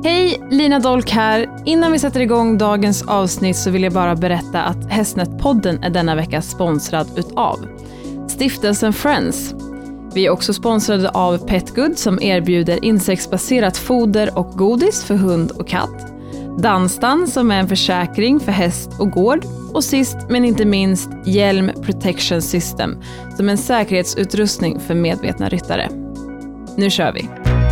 Hej, Lina Dolk här. Innan vi sätter igång dagens avsnitt så vill jag bara berätta att Hästnätpodden är denna vecka sponsrad utav Stiftelsen Friends. Vi är också sponsrade av Petgood som erbjuder insektsbaserat foder och godis för hund och katt. Danstan som är en försäkring för häst och gård. Och sist men inte minst Hjälm Protection System som är en säkerhetsutrustning för medvetna ryttare. Nu kör vi!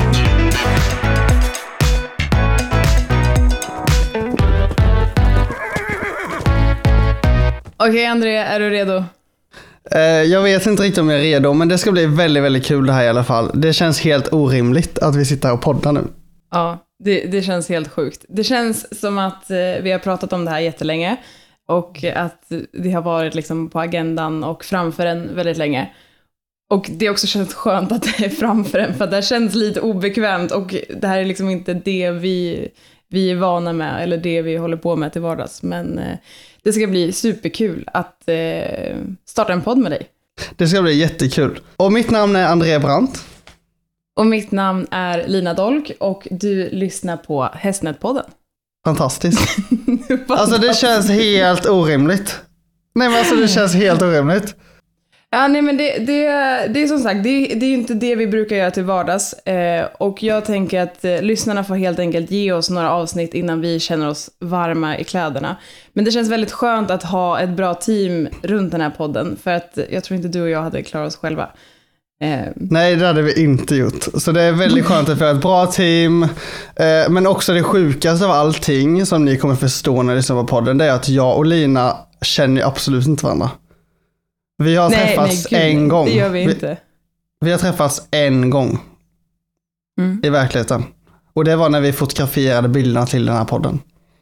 Okej, André, är du redo? Jag vet inte riktigt om jag är redo, men det ska bli väldigt, väldigt kul det här i alla fall. Det känns helt orimligt att vi sitter här och poddar nu. Ja, det känns helt sjukt. Det känns som att vi har pratat om det här jättelänge och att det har varit liksom på agendan och framför en väldigt länge. Och det också känns skönt att det är framför en, för att det känns lite obekvämt och det här är liksom inte det vi är vana med eller det vi håller på med till vardags. Men det ska bli superkul att starta en podd med dig. Det ska bli jättekul. Och mitt namn är André Brandt. Och mitt namn är Lina Dolk och du lyssnar på Hästnätpodden. Fantastiskt. Alltså det känns helt orimligt. Nej men alltså det känns helt orimligt. Ja, nej men det är som sagt, det är ju inte det vi brukar göra till vardags. Och jag tänker att lyssnarna får helt enkelt ge oss några avsnitt innan vi känner oss varma i kläderna. Men det känns väldigt skönt att ha ett bra team runt den här podden. För att jag tror inte du och jag hade klarat oss själva. Nej, det hade vi inte gjort. Så det är väldigt skönt att vi har ett bra team. Men också det sjukaste av allting som ni kommer förstå när ni lyssnar på podden, det är att jag och Lina känner absolut inte varandra. Vi har träffats en gång. Det gör vi inte. Vi har träffats en gång i verkligheten. Och det var när vi fotograferade bilderna till den här podden.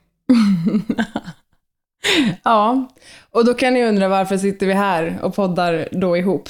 Ja, och då kan ni undra varför sitter vi här och poddar då ihop.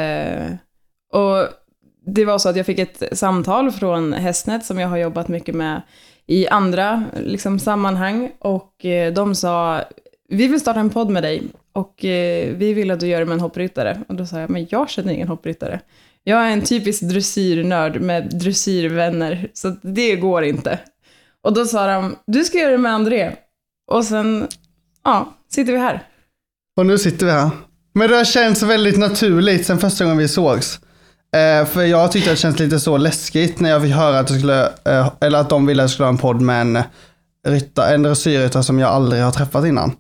Och det var så att jag fick ett samtal från Hästnät som jag har jobbat mycket med i andra liksom, sammanhang. Och de sa, vi vill starta en podd med dig. Och vi vill att du gör det med en hoppryttare. Och då sa jag, men jag känner ingen hoppryttare. Jag är en typisk dressyrnörd med dressyrvänner. Så det går inte. Och då sa de, du ska göra det med André. Och sen, ja, sitter vi här. Och nu sitter vi här. Men det har känts väldigt naturligt sen första gången vi sågs. För jag tyckte att det känns lite så läskigt när jag fick höra att det skulle, eller att de ville att jag skulle ha en podd med en dressyrryttare som jag aldrig har träffat innan.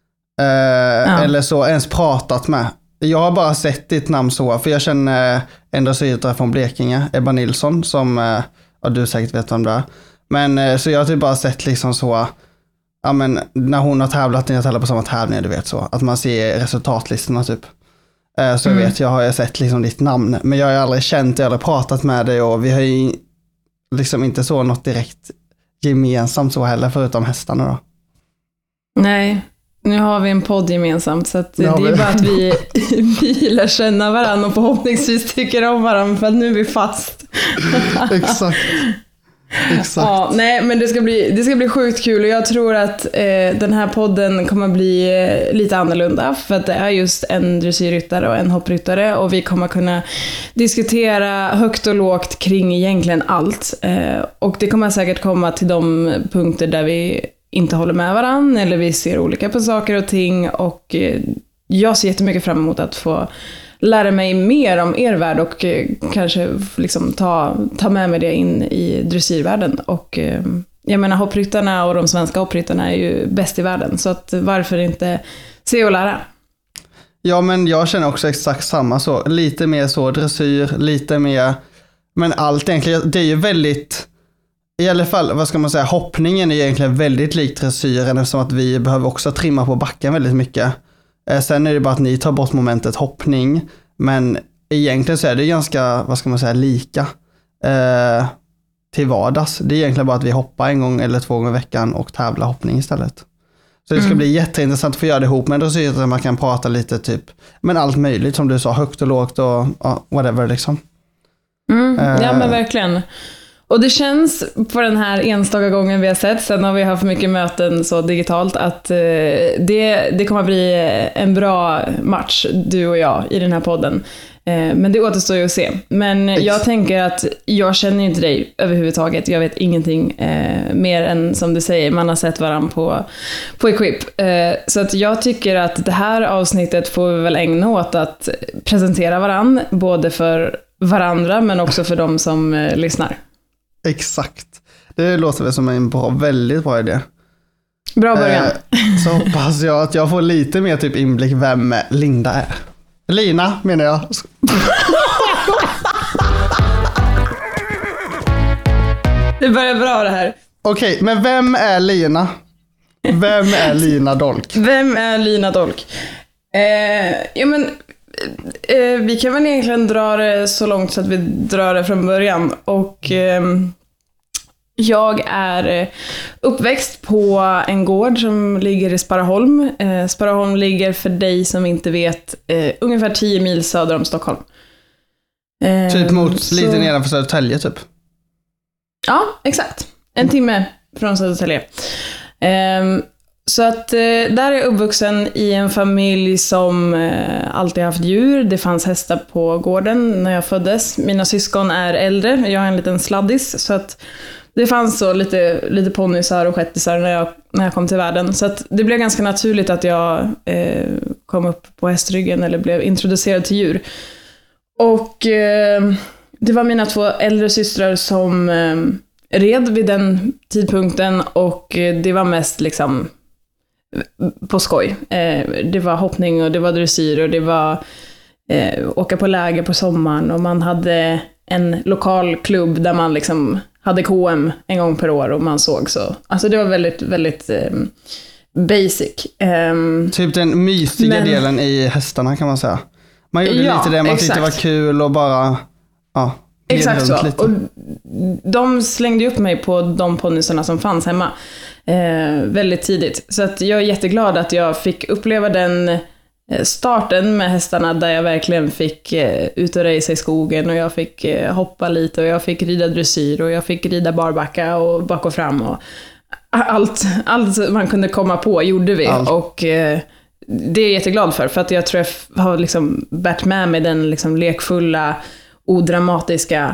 Eller så ens pratat med. Jag har bara sett ditt namn så, för jag känner en dressyrryttare från Blekinge, Ebba Nilsson, som du säkert vet vem det är. Men så jag har typ bara sett liksom så, ja men när hon har tävlat, när jag tävlar på samma tävlingar, du vet så, att man ser resultatlistorna typ. Så jag har sett liksom ditt namn, men jag har aldrig känt, jag har aldrig pratat med dig och vi har ju liksom inte så något direkt gemensamt så heller förutom hästarna då. Nej. Nu har vi en podd gemensamt så att det är bara att vi lär känna varandra och förhoppningsvis tycker om varandra för att nu är vi fast. Exakt. Ja, nej, men det ska bli sjukt kul och jag tror att den här podden kommer bli lite annorlunda för att det är just en dressyrryttare och en hoppryttare och vi kommer kunna diskutera högt och lågt kring egentligen allt. Och det kommer säkert komma till de punkter där vi inte håller med varandra eller vi ser olika på saker och ting och jag ser jättemycket fram emot att få lära mig mer om er värld och kanske liksom ta med mig det in i dressyrvärlden och jag menar hoppryttarna och de svenska hoppryttarna är ju bäst i världen så att varför inte se och lära? Ja men jag känner också exakt samma så, lite mer så dressyr, lite mer, men allt egentligen, det är ju väldigt, i alla fall, vad ska man säga, hoppningen är egentligen väldigt likt dressyren eftersom att vi behöver också trimma på backen väldigt mycket. Sen är det bara att ni tar bort momentet hoppning, men egentligen så är det ganska, vad ska man säga, lika till vardags. Det är egentligen bara att vi hoppar en gång eller 2 gånger i veckan och tävlar hoppning istället. Så det ska bli jätteintressant att få göra det ihop med en dressyr där man kan prata lite typ, men allt möjligt som du sa, högt och lågt och whatever liksom. Ja men verkligen. Och det känns på den här enstaka gången vi har sett, sen har vi haft mycket möten så digitalt, att det kommer att bli en bra match, du och jag, i den här podden. Men det återstår ju att se. Men jag tänker att jag känner inte dig överhuvudtaget. Jag vet ingenting mer än, som du säger, man har sett varann på Equip. Så att jag tycker att det här avsnittet får vi väl ägna åt att presentera varann, både för varandra men också för de som lyssnar. Exakt. Det låter väl som en väldigt bra idé. Bra början. Så hoppas jag att jag får lite mer typ inblick vem Linda är. Lina menar jag. Det börjar bra det här. Okej, men vem är Lina? Vem är Lina Dolk? Vem är Lina Dolk? Vi kan väl egentligen dra det så långt så att vi drar det från början. Och jag är uppväxt på en gård som ligger i Sparaholm. Sparaholm ligger, för dig som inte vet, ungefär 10 mil söder om Stockholm. Typ mot lite nedanför Södertälje typ. Ja, exakt. En timme från Södertälje. Så att där är jag uppvuxen i en familj som alltid haft djur. Det fanns hästar på gården när jag föddes. Mina syskon är äldre. Jag är en liten sladdis. Så att det fanns så lite ponnysar och shettisar när jag kom till världen. Så att det blev ganska naturligt att jag kom upp på hästryggen eller blev introducerad till djur. Och det var mina 2 äldre systrar som red vid den tidpunkten, och det var mest liksom på skoj. Det var hoppning och det var dressyr och det var åka på läger på sommaren, och man hade en lokal klubb där man liksom hade KM en gång per år och man såg så. Alltså det var väldigt, väldigt basic. Typ den mysiga delen i hästarna kan man säga. Man gjorde lite det man tyckte var kul och bara exakt så. Lite. Och de slängde upp mig på de ponnysarna som fanns hemma väldigt tidigt. Så att jag är jätteglad att jag fick uppleva den starten med hästarna, där jag verkligen fick ut och resa i skogen, och jag fick hoppa lite, och jag fick rida dressyr, och jag fick rida barbacka och bak och fram, och allt man kunde komma på gjorde vi. Och det är jag jätteglad för att jag tror jag har liksom bärt med mig den liksom lekfulla, odramatiska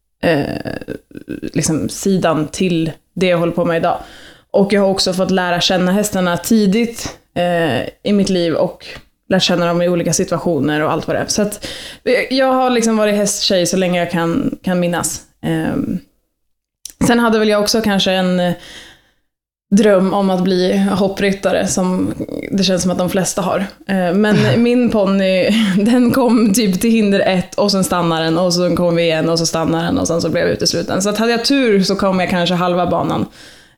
liksom sidan till det jag håller på med idag. Och jag har också fått lära känna hästarna tidigt i mitt liv, och lärt känna dem i olika situationer och allt vad det är. Så att jag har liksom varit hästtjej så länge jag kan minnas. Sen hade väl jag också kanske en dröm om att bli hoppryttare, som det känns som att de flesta har. Men min ponny, den kom typ till hinder 1, och sen stannar den, och så kom vi igen, och så stannar den, och sen så blev jag utesluten. Så att hade jag tur så kom jag kanske halva banan.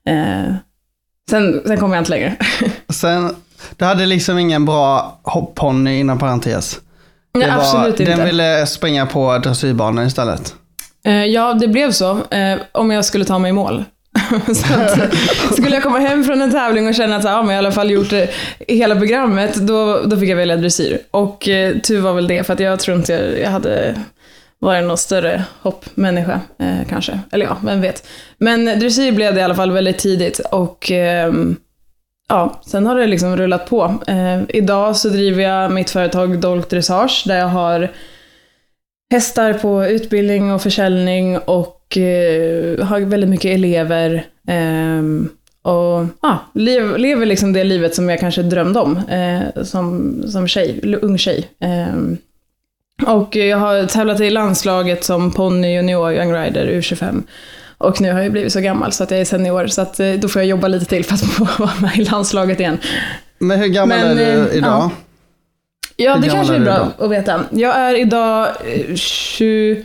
Sen kom jag inte längre. Sen, du hade liksom ingen bra hoppponny inom parentes. Nej, absolut inte. Den ville springa på dressyrbanan istället. Ja, det blev så. Om jag skulle ta mig i mål. Så att, skulle jag komma hem från en tävling och känna att men jag i alla fall gjort hela programmet, då fick jag välja dressyr. Och tur var väl det, för att jag tror inte jag hade varit någon större hoppmänniska kanske. Eller ja, vem vet. Men dressyr blev det i alla fall väldigt tidigt, och sen har det liksom rullat på. Idag så driver jag mitt företag Dolk Dressage, där jag har hästar på utbildning och försäljning, och har väldigt mycket elever, och lever liksom det livet som jag kanske drömde om som tjej, ung tjej. Och jag har tävlat i landslaget som ponny, junior, young rider, U25. Och nu har jag blivit så gammal så att jag är senior, så att då får jag jobba lite till för att få vara med i landslaget igen. Men hur gammal är du idag? Ja, det kanske är bra att veta. Jag är idag 26.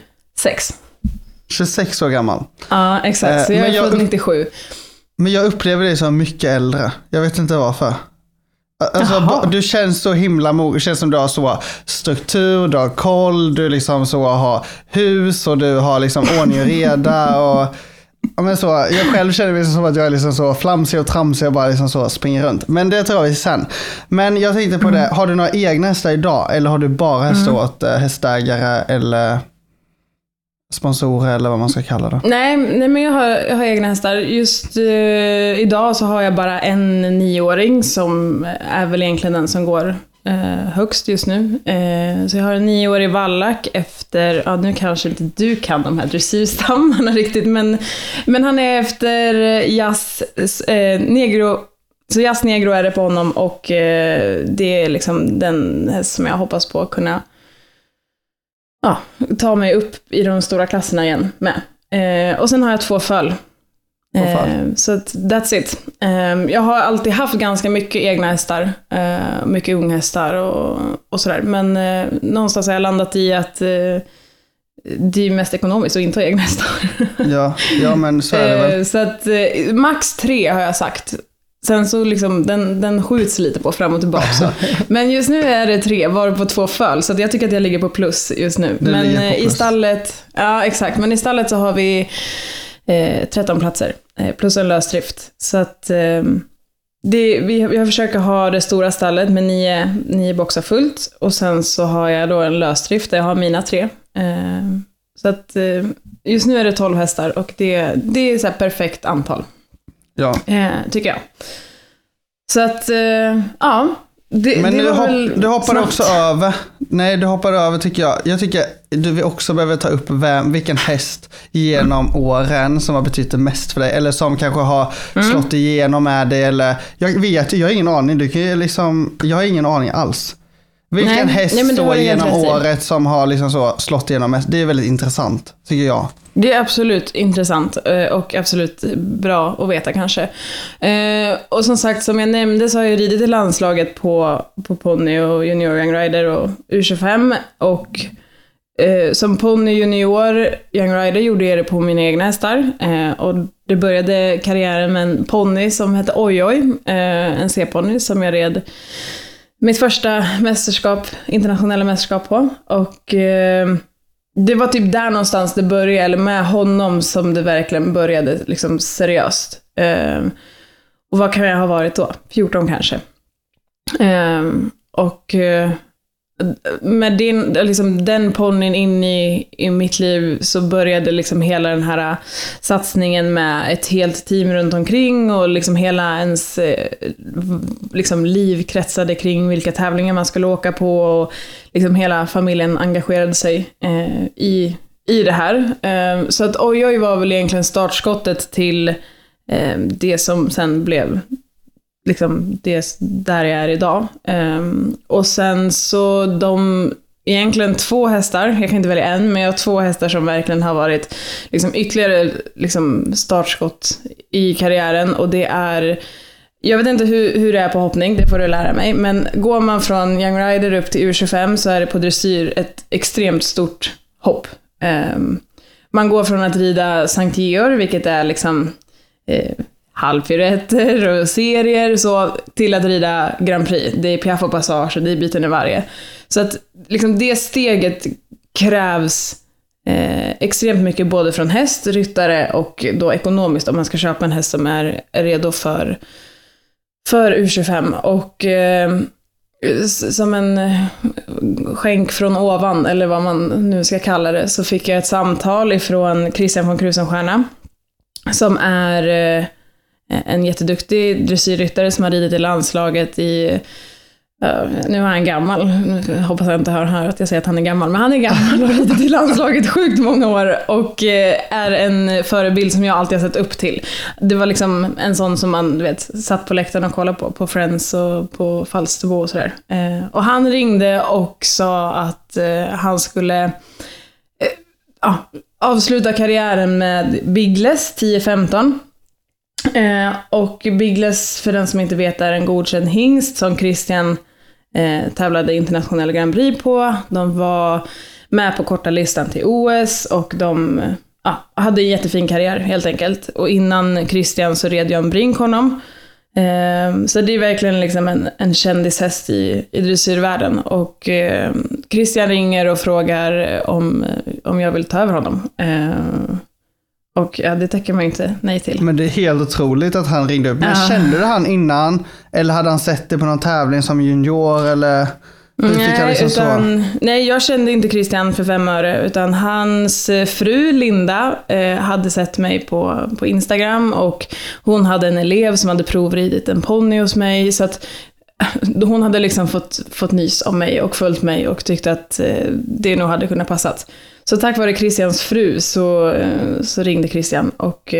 26 år gammal. Ja, exakt. Så jag är född 97. Men jag upplever dig som mycket äldre. Jag vet inte varför. Alltså, du känns så himla mogen. Det känns som du har så struktur, du har koll, du liksom så har hus, och du har liksom ordning och reda. Och, men så, jag själv känner mig som att jag är liksom så flamsig och tramsig och bara liksom så springer runt. Men det tar vi sen. Men jag tänkte på det, har du några egna hästar idag? Eller har du bara hästar åt hästägare eller sponsorer eller vad man ska kalla det? Nej, men jag har egna hästar. Just idag så har jag bara en 9-åring som är väl egentligen den som går högst just nu. Så jag har en 9-årig vallack efter, nu kanske inte du kan de här dressyrstammarna riktigt, men han är efter jazz negro, så jazz negro är det på honom, och det är liksom den häst som jag hoppas på att kunna ta mig upp i de stora klasserna igen med. Och sen har jag 2 föl. Så that's it. Jag har alltid haft ganska mycket egna hästar, mycket unghästar och sådär, men någonstans har jag landat i att det är mest ekonomiskt att inte ha egna hästar. Ja, men så är det väl. Så att max 3 har jag sagt. Sen så liksom den skjuts lite på fram och tillbaka så. Men just nu är det 3 var på 2 föl, så att jag tycker att jag ligger på plus just nu. Men i stallet, ja exakt, men i stallet så har vi 13 platser plus en lösdrift. Så att vi försöker ha det stora stallet med 9 boxar fullt, och sen så har jag då en lösdrift där jag har mina 3. Så att just nu är det 12 hästar, och det är så här perfekt antal. Ja. Tycker jag. Så att ja. Men du hoppar också över. Nej, du hoppar över tycker jag. Jag tycker du också behöver ta upp vilken häst genom åren som har betytt mest för dig, eller som kanske har slått igenom med dig, eller jag har ingen aning. Du kan ju liksom, jag har ingen aning alls. Vilken häst då genom året som har liksom så slått igenom mest. Det är väldigt intressant tycker jag. Det är absolut intressant och absolut bra att veta kanske. Och som sagt, som jag nämnde så har jag ridit i landslaget på ponny och junior young rider och U25. Och som ponny junior young rider gjorde jag det på mina egna hästar. Och det började karriären med en ponny som hette Ojoj, en C-ponny som jag red mitt första internationella mästerskap på. Och det var typ där någonstans det började, eller med honom som det verkligen började liksom seriöst. Och vad kan jag ha varit då? 14 kanske. Och med den ponnyn in i mitt liv så började liksom hela den här satsningen med ett helt team runt omkring, och liksom hela ens liksom liv kretsade kring vilka tävlingar man skulle åka på, och liksom hela familjen engagerade sig i det här. Så att Ojoj var väl egentligen startskottet till det som sen blev liksom det där jag är idag. Och sen så egentligen 2 hästar, jag kan inte välja en, men jag har 2 hästar som verkligen har varit liksom ytterligare liksom startskott i karriären, och det är, jag vet inte hur det är på hoppning, det får du lära mig, men går man från young rider upp till U25 så är det på dressyr ett extremt stort hopp. Man går från att rida Sankt Georg, vilket är liksom halvpiruetter och serier, så till att rida Grand Prix. Det är piaff och passage, det är byten i varje. Så att liksom det steget krävs extremt mycket, både från häst, ryttare och då ekonomiskt, om man ska köpa en häst som är redo för U25. Och som en skänk från ovan, eller vad man nu ska kalla det, så fick jag ett samtal ifrån Christian von Krusenstjerna, som är en jätteduktig dressyrryttare som har ridit i landslaget i nu är han gammal, nu hoppas jag inte hör att jag säger att han är gammal, men han är gammal och har ridit i landslaget sjukt många år, och är en förebild som jag alltid har sett upp till. Det var liksom en sån som man, du vet, satt på läktaren och kollade på Friends och på Falsterbo och sådär. Och han ringde och sa att han skulle avsluta karriären med Biggles 10-15. Och Biggles, för den som inte vet, är en godkänd hingst som Christian tävlade internationella Grand Prix på. De var med på korta listan till OS, och de hade en jättefin karriär helt enkelt. Och innan Christian så red Jan Brink honom. Så det är verkligen liksom en kändishäst i dressyrvärlden. Och Christian ringer och frågar om jag vill ta över honom. Och det tackar man inte nej till. Men det är helt otroligt att han ringde upp. Men kände du han innan? Eller hade han sett det på någon tävling som junior? Eller nej, jag kände inte Christian för 5 öre. Utan hans fru Linda hade sett mig på Instagram. Och hon hade en elev som hade provridit en ponny hos mig. Så att hon hade liksom fått nys om mig och följt mig och tyckte att det nog hade kunnat passat. Så tack vare Christians fru så ringde Christian och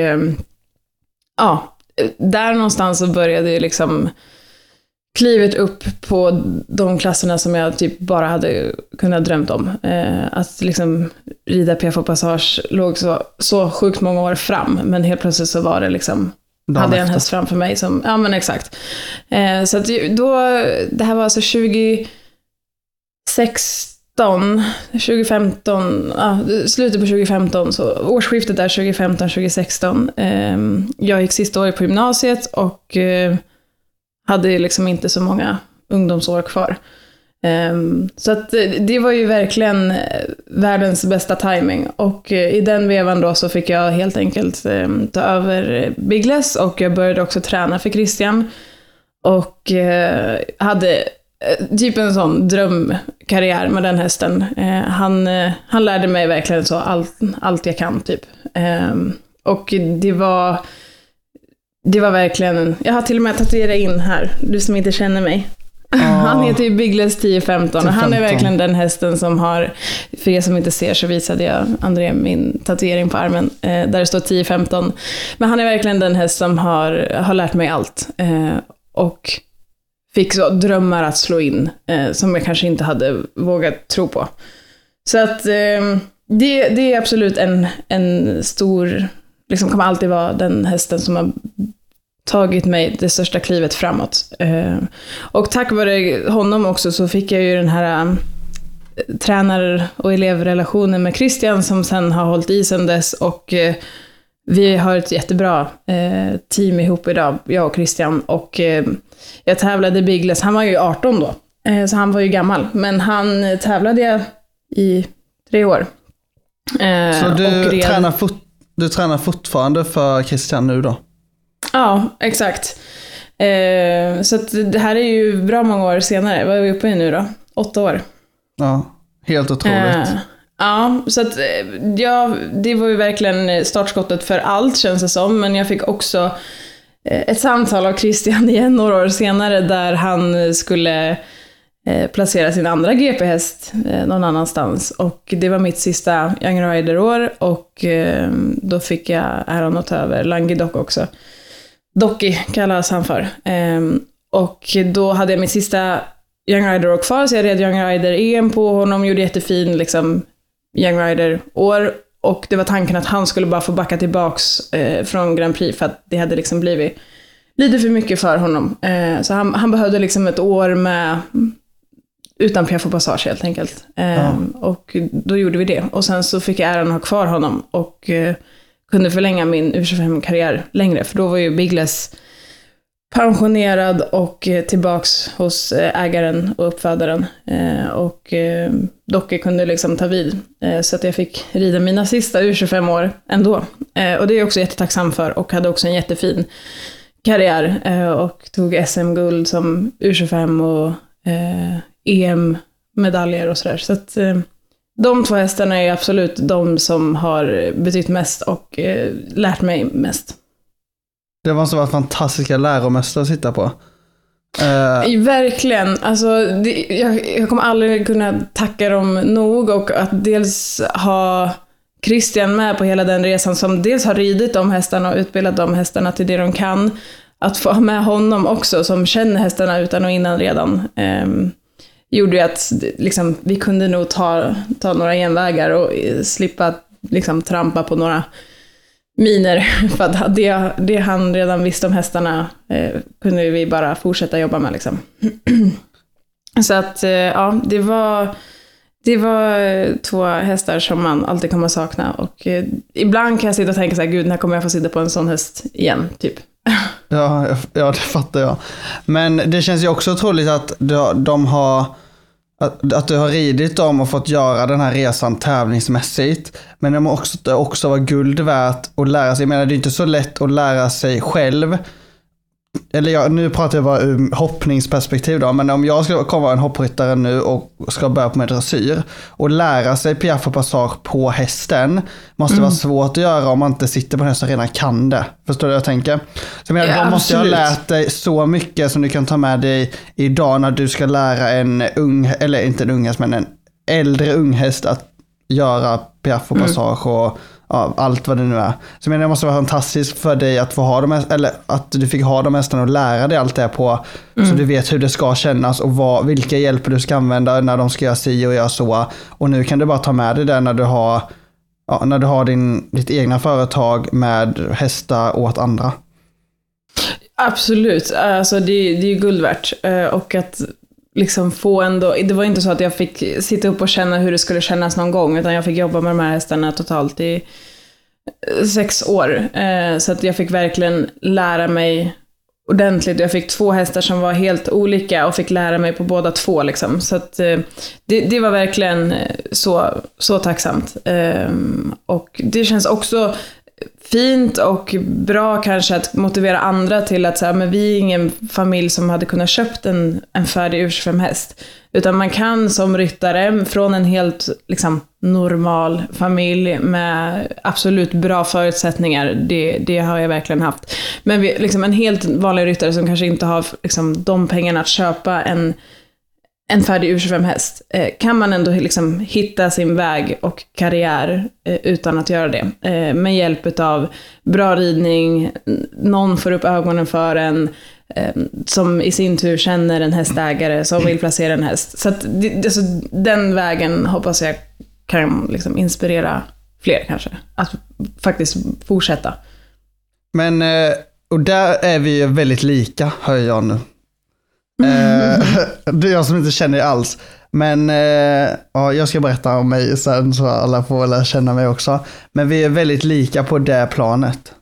där någonstans så började ju liksom klivet upp på de klasserna som jag typ bara hade kunnat drömt om. Att liksom rida Piaffe Passage låg så sjukt många år fram, men helt plötsligt så var det liksom hade jag en häst framför mig som, ja men exakt. Så att då, det här var alltså 2015, slutet på 2015, så årsskiftet där 2015-2016. Jag gick sista året på gymnasiet och hade liksom inte så många ungdomsår kvar. Så att det var ju verkligen världens bästa timing. Och i den vevan då så fick jag helt enkelt ta över Biggles, och jag började också träna för Christian. Och hade typ en sån drömkarriär med den hästen. Han lärde mig verkligen så allt jag kan typ. Och det var verkligen, jag har till och med tatuerat in här, du som inte känner mig. Han heter ju Biggles 10-15 och han är verkligen den hästen som har, för er som inte ser så visade jag André min tatuering på armen där det står 10-15, men han är verkligen den häst som har lärt mig allt och fick så drömmar att slå in som jag kanske inte hade vågat tro på. Så att det är absolut en stor, liksom kommer alltid vara den hästen som har tagit mig det största klivet framåt. Och tack vare honom också så fick jag ju den här tränar- och elevrelationen med Christian som sen har hållit i sen dess, och vi har ett jättebra team ihop idag, jag och Christian, och jag tävlade Biggles, han var ju 18 då, så han var ju gammal, men han tävlade jag i 3 år. Så du tränar fortfarande för Christian nu då? Ja, exakt. Så att det här är ju bra många år senare. Vad är vi uppe i nu då? 8 år. Ja, helt otroligt. Ja, så att det var ju verkligen startskottet för allt, känns det som. Men jag fick också ett samtal av Christian igen några år senare där han skulle placera sin andra GP-häst någon annanstans. Och det var mitt sista Young Rider-år, och då fick jag äran att ta över Languedoc också. Docky kallas han för. Och då hade jag mitt sista Young Rider-år kvar, så jag red Young Rider-EM på honom, gjorde jättefin liksom Young Rider-år, och det var tanken att han skulle bara få backa tillbaks från Grand Prix, för att det hade liksom blivit lite för mycket för honom. Så han behövde liksom ett år med utan Piaffe Passage helt enkelt. Och då gjorde vi det. Och sen så fick jag äran att ha kvar honom och kunde förlänga min U25-karriär längre. För då var ju Biggles pensionerad och tillbaks hos ägaren och uppfödaren. Och Docke kunde liksom ta vid. Så att jag fick rida mina sista U25 år ändå. Och det är jag också jättetacksam för. Och hade också en jättefin karriär. Och tog SM-guld som U25 och EM-medaljer och sådär. Så att de 2 hästarna är absolut de som har betytt mest och lärt mig mest. Det måste vara fantastiska läromästare att sitta på. Verkligen. Alltså, jag kommer aldrig kunna tacka dem nog, och att dels ha Christian med på hela den resan, som dels har ridit de hästarna och utbildat de hästarna till det de kan. Att få ha med honom också, som känner hästarna utan och innan redan, gjorde ju att liksom, vi kunde nog ta några genvägar och slippa liksom, trampa på några miner. För att det han redan visste om hästarna kunde vi bara fortsätta jobba med. Liksom. Så att ja, det var 2 hästar som man alltid kommer att sakna. Och ibland kan jag sitta och tänka så här, gud, när kommer jag få sitta på en sån häst igen, typ. Ja, det fattar jag. Men det känns ju också otroligt att att du har ridit dem och fått göra den här resan tävlingsmässigt. Men det måste också vara guld värt att lära sig. Jag menar, det är inte så lätt att lära sig själv eller nu pratar jag bara ur hoppningsperspektiv då, men om jag ska komma en hoppryttare nu och ska börja på med dressyr och lära sig piaffe och passage på hästen, måste vara svårt att göra om man inte sitter på en häst som redan kan det. Förstår du vad jag tänker? Så då måste jag ha lärt dig så mycket som du kan ta med dig idag när du ska lära en ung, eller inte en ung häst, men en äldre ung häst att göra piaffe och passage och allt vad det nu är. Så det måste vara fantastiskt för dig att få ha dem, eller att du fick ha dem hästarna och lära dig allt det på, så du vet hur det ska kännas och vilka hjälper du ska använda när de ska göra si och göra så. Och nu kan du bara ta med dig det när du har ditt egna företag med hästar åt andra. Absolut, alltså det är ju guld värt. Och att liksom få ändå, det var inte så att jag fick sitta upp och känna hur det skulle kännas någon gång, utan jag fick jobba med de här hästarna totalt i 6 år. Så att jag fick verkligen lära mig ordentligt. Jag fick 2 hästar som var helt olika och fick lära mig på båda 2 liksom. Så att det var verkligen så tacksamt. Och det känns också fint och bra kanske att motivera andra till att säga, men vi är ingen familj som hade kunnat köpt en färdig U25-häst. Utan man kan som ryttare från en helt liksom, normal familj med absolut bra förutsättningar, det har jag verkligen haft. Men liksom en helt vanlig ryttare som kanske inte har liksom, de pengarna att köpa en färdig U25-häst, kan man ändå liksom hitta sin väg och karriär utan att göra det. Med hjälp av bra ridning, någon får upp ögonen för en, som i sin tur känner en hästägare som vill placera en häst. Så att alltså, den vägen hoppas jag kan liksom inspirera fler kanske, att faktiskt fortsätta. Men, och där är vi väldigt lika, hör jag nu. Det är jag som inte känner det alls. Men jag ska berätta om mig sen så alla får lära känna mig också. Men vi är väldigt lika på det planet.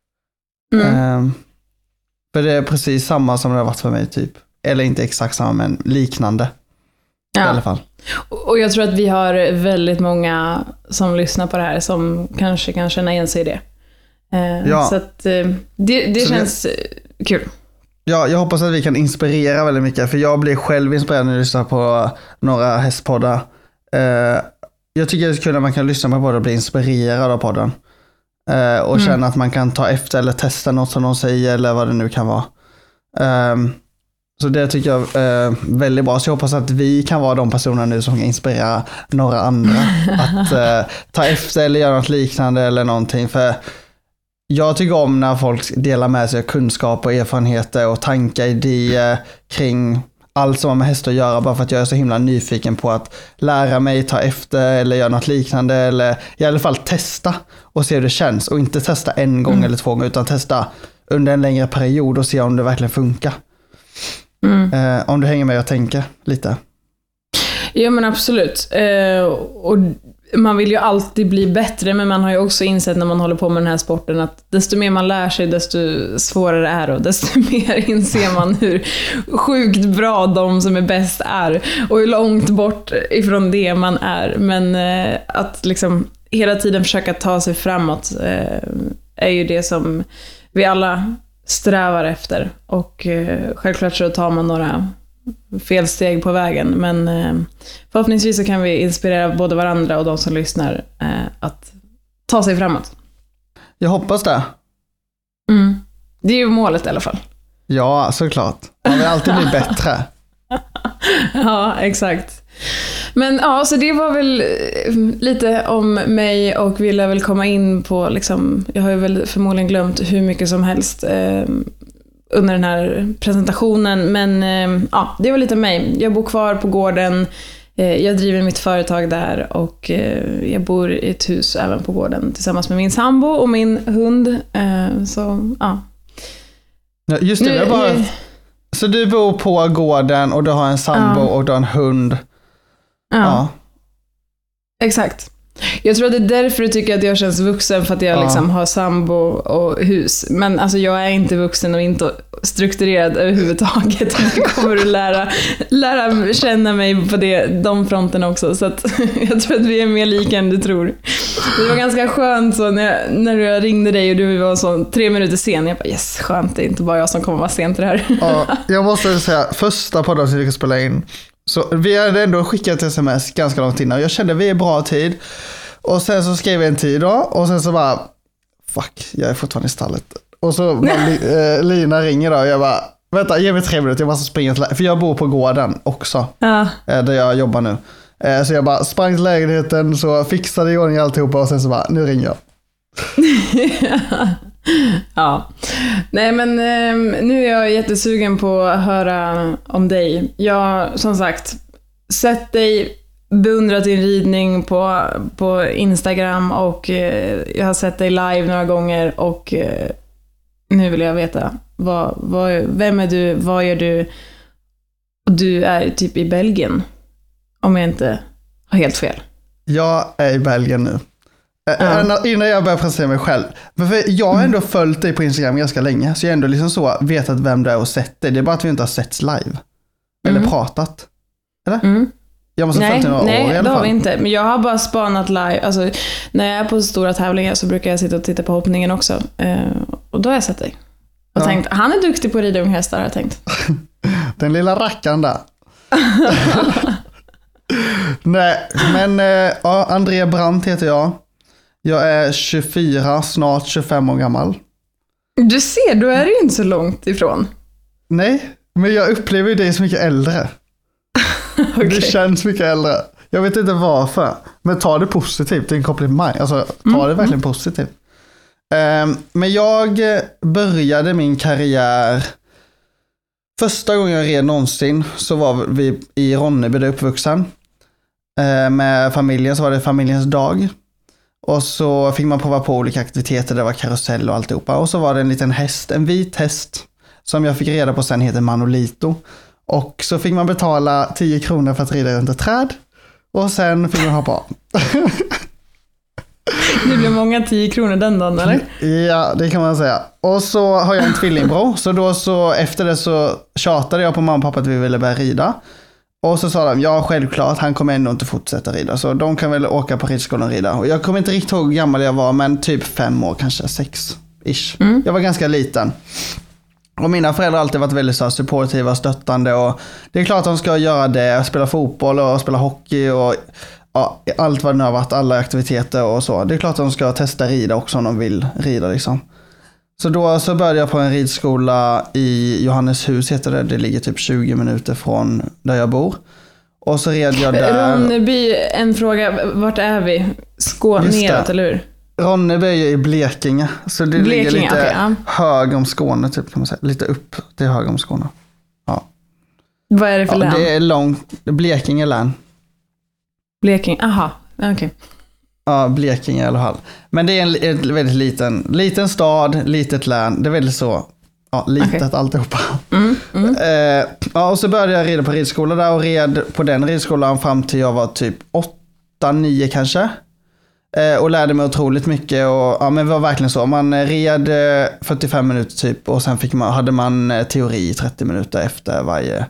För det är precis samma som det har varit för mig typ. Eller inte exakt samma, men liknande. I alla fall. Och jag tror att vi har väldigt många som lyssnar på det här som kanske kan känna igen sig i det. Så att det känns kul. Ja, jag hoppas att vi kan inspirera väldigt mycket. För jag blir själv inspirerad när jag lyssnar på några hästpoddar. Jag tycker det är kul när man kan lyssna på poddar och bli inspirerad av podden. Och känna att man kan ta efter eller testa något som de säger eller vad det nu kan vara. Så det tycker jag är väldigt bra. Så jag hoppas att vi kan vara de personer nu som kan inspirera några andra. Att ta efter eller göra något liknande eller någonting. För jag tycker om när folk delar med sig av kunskap och erfarenheter och tankar, idéer kring allt som har med hästar att göra, bara för att jag är så himla nyfiken på att lära mig, ta efter eller göra något liknande, eller i alla fall testa och se hur det känns, och inte testa en gång eller 2 gånger, utan testa under en längre period och se om det verkligen funkar. Om du hänger med och tänker lite. Ja, men absolut. Och man vill ju alltid bli bättre, men man har ju också insett när man håller på med den här sporten att desto mer man lär sig, desto svårare är det, och desto mer inser man hur sjukt bra de som är bäst är och hur långt bort ifrån det man är. Men att liksom hela tiden försöka ta sig framåt är ju det som vi alla strävar efter, och självklart så tar man några felsteg på vägen, men förhoppningsvis så kan vi inspirera både varandra och de som lyssnar att ta sig framåt. Jag hoppas det. Det är ju målet i alla fall. Ja, såklart. Man vill alltid bli bättre. Ja, exakt. Men ja, så det var väl lite om mig, och vi lär väl komma in på liksom, jag har ju väl förmodligen glömt hur mycket som helst under den här presentationen, men ja, det var lite mig. Jag bor kvar på gården, jag driver mitt företag där, och jag bor i ett hus även på gården tillsammans med min sambo och min hund. Så ja. Just det, så du bor på gården och du har en sambo och du har en hund. Ja. Exakt. Jag tror att det är därför du tycker att jag känns vuxen, för att jag liksom har sambo och hus. Men alltså jag är inte vuxen och inte strukturerad överhuvudtaget. Du kommer att lära känna mig på de fronterna också. Så att jag tror att vi är mer lika än du tror. Det var ganska skönt så när jag ringde dig och du var så 3 minuter sen. Jag bara yes, skönt, det är inte bara jag som kommer vara sent till det här. Ja, jag måste säga, första podden som vi ska spela in, så vi hade ändå skickat sms ganska långt innan och jag kände vi är bra tid. Och sen så skrev jag en tid då och sen så bara fuck, jag är fortfarande i stallet. Och så Lina ringer då och jag bara vänta, ge mig 3 minuter, jag måste springa till för jag bor på gården också, där jag jobbar nu. Så jag bara sprang till lägenheten, så fixade i ordning alltihopa och sen så bara, nu ringer jag. Ja. Nej men nu är jag jättesugen på att höra om dig. Jag, som sagt, sett dig, beundrat din ridning på Instagram och jag har sett dig live några gånger och nu vill jag veta vem är du, vad gör du? Du är typ i Belgien, om jag inte har helt fel. Jag är i Belgien nu. Innan jag börjar presentera mig själv. För jag har ändå följt dig på Instagram ganska länge, så jag har ändå liksom så vetat vem du är och sett dig. Det är bara att vi inte har setts live. Eller pratat. Eller? Jag måste ha följt dig några år i alla fall. Nej, det har vi inte. Men jag har bara spanat live. Alltså, när jag är på stora tävlingar så brukar jag sitta och titta på hoppningen också. Och då har jag sett dig. Och tänkt, han är duktig på att rida unghästar, har jag tänkt. Den lilla rackaren där. Nej, men André Brandt heter jag. Jag är 24, snart 25 år gammal. Du ser, då är du inte så långt ifrån. Nej, men jag upplever ju dig så mycket äldre. Okay. Du känns mycket äldre. Jag vet inte varför, men ta det positivt. Det är en komplimang. Alltså, ta det verkligen positivt. Men jag började min karriär första gången jag red någonsin, så var vi i Ronneby där uppvuxen. Med familjen, så var det familjens dag. Och så fick man prova på olika aktiviteter. Det var karusell och alltihopa. Och så var det en liten häst, en vit häst, som jag fick reda på sen heter Manolito. Och så fick man betala 10 kronor för att rida runt ett träd. Och sen fick man hoppa av. Det blev många 10 kronor den dagen, eller? Ja, det kan man säga. Och så har jag en tvillingbror. Så då så efter det så tjatade jag på mamma och pappa att vi ville börja rida. Och så sa de, ja självklart, han kommer ändå inte fortsätta rida. Så de kan väl åka på ridskolan och rida. Och jag kommer inte riktigt ihåg hur gammal jag var, men typ 5 år, kanske 6-ish. Jag var ganska liten. Och mina föräldrar har alltid varit väldigt så supportiva och stöttande. Och det är klart att de ska göra det, spela fotboll och spela hockey och ja, allt vad det nu har varit, alla aktiviteter och så. Det är klart att de ska testa rida också om de vill rida liksom. Så då så började jag på en ridskola i Johanneshus heter det. Det ligger typ 20 minuter från där jag bor. Och så red jag där. Ronneby, en fråga, vart är vi? Neråt, eller hur? Ronneby är ju i Blekinge. Så det ligger lite hög om Skåne typ, kan man säga. Lite upp till hög om Skåne. Ja. Vad är det för län? Det är långt. Blekinge län. Blekinge, aha, okej. Okay. Ja, Blekinge i alla fall. Men det är en väldigt liten stad, litet län. Det är väldigt så, ja, litet alltihopa. Ja, och så började jag rida på ridskola där och red på den ridskolan fram till jag var typ 8-9 kanske. Och lärde mig otroligt mycket och ja, men det var verkligen så. Man red 45 minuter typ och sen hade man teori 30 minuter efter varje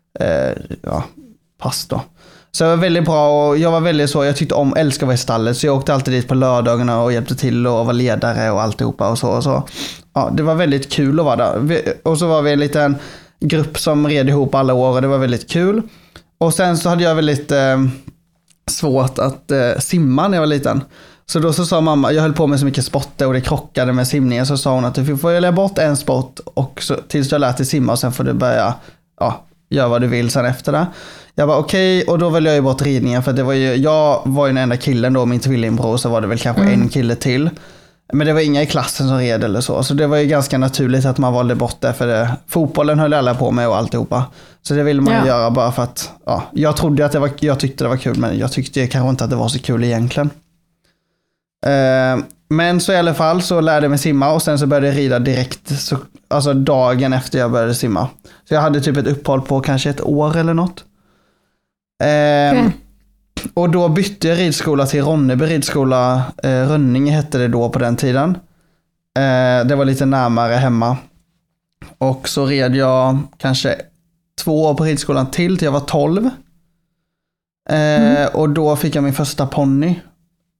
pass då. Så det var väldigt bra och jag var väldigt så, jag tyckte älskar att vara i stallet, så jag åkte alltid dit på lördagarna och hjälpte till och var ledare och alltihopa och så. Ja, det var väldigt kul att vara där. Och så var vi en liten grupp som red ihop alla år och det var väldigt kul. Och sen så hade jag väldigt svårt att simma när jag var liten. Så då så sa mamma, jag höll på med så mycket sporter och det krockade med simningen, så sa hon att du får lägga bort en sport och så, tills du har lärt dig simma och sen får du börja göra vad du vill sen efter det. Jag var okej, och då ville jag ju bort ridningen för det jag var ju den enda killen då, min tvillingbror, så var det väl kanske en kille till. Men det var inga i klassen som red eller så. Så det var ju ganska naturligt att man valde bort det, för fotbollen höll alla på med och alltihopa. Så det ville man göra bara för att, jag trodde att jag tyckte det var kul, men jag tyckte kanske inte att det var så kul egentligen. Men så i alla fall så lärde jag mig simma och sen så började jag rida direkt, alltså dagen efter jag började simma. Så jag hade typ ett uppehåll på kanske 1 år eller något. Och då bytte jag ridskola till Ronneby ridskola. Rönninge hette det då på den tiden. Det var lite närmare hemma. Och så red jag kanske 2 år på ridskolan till jag var 12. Och då fick jag min första ponny.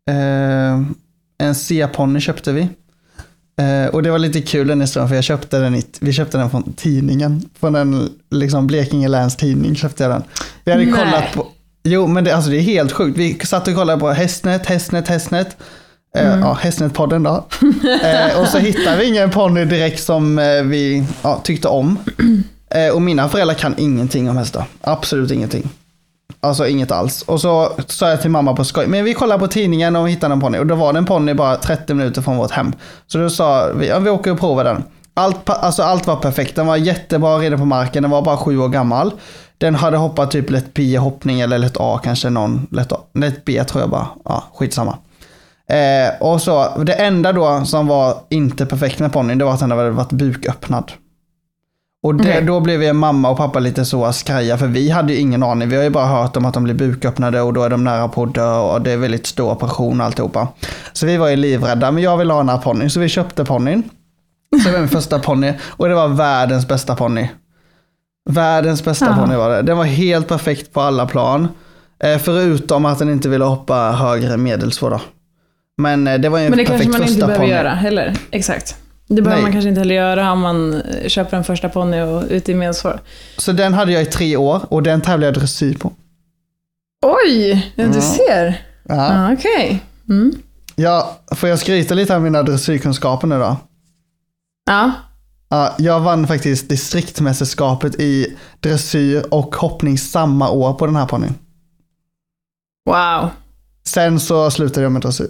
En C-ponny köpte vi. Och det var lite kul den historien, för vi köpte den från tidningen. Från en liksom Blekinge läns tidning köpte jag den. Vi hade kollat på... Jo, men det är helt sjukt. Vi satt och kollade på Hästnet. Hästnet-podden då. Och så hittade vi ingen ponny direkt som vi tyckte om. Och mina föräldrar kan ingenting om hästar. Absolut ingenting. Alltså inget alls. Och så sa jag till mamma på skoj, men vi kollar på tidningen och hittade en ponny. Och då var det en ponny bara 30 minuter från vårt hem. Så då sa vi, vi åker och provar den. Allt var perfekt. Den var jättebra redan på marken. Den var bara 7 år gammal. Den hade hoppat typ lätt B-hoppning eller lätt A kanske lätt B tror jag bara. Ja, skitsamma. Och så det enda då som var inte perfekt med ponnyn, det var att den hade varit buköppnad. Och då blev vi mamma och pappa lite så skraja, för vi hade ju ingen aning. Vi har ju bara hört om att de blir buköppnade och då är de nära på att dö och det är väldigt stor operation och alltihopa. Så vi var ju livrädda, men jag ville ha den här ponnyn, så vi köpte ponnyn. Så det var min första ponny och det var världens bästa ponny. Världens bästa ponny var det. Den var helt perfekt på alla plan. Förutom att den inte ville hoppa högre medelsvår då. Men det var ju en perfekt första ponny. Men det kanske man inte behöver göra heller. Exakt. Det behöver man kanske inte heller göra om man köper en första ponny och ute i medelsvår. Så den hade jag i 3 år och den tävlade jag dressyr på. Oj, du ser. Ja. Okej. Mm. Ja, får jag skryta lite av mina dressyrkunskaper nu då? Ja. Ja, jag vann faktiskt distriktmästerskapet i dressyr och hoppning samma år på den här ponnyn. Wow. Sen så slutade jag med dressyr.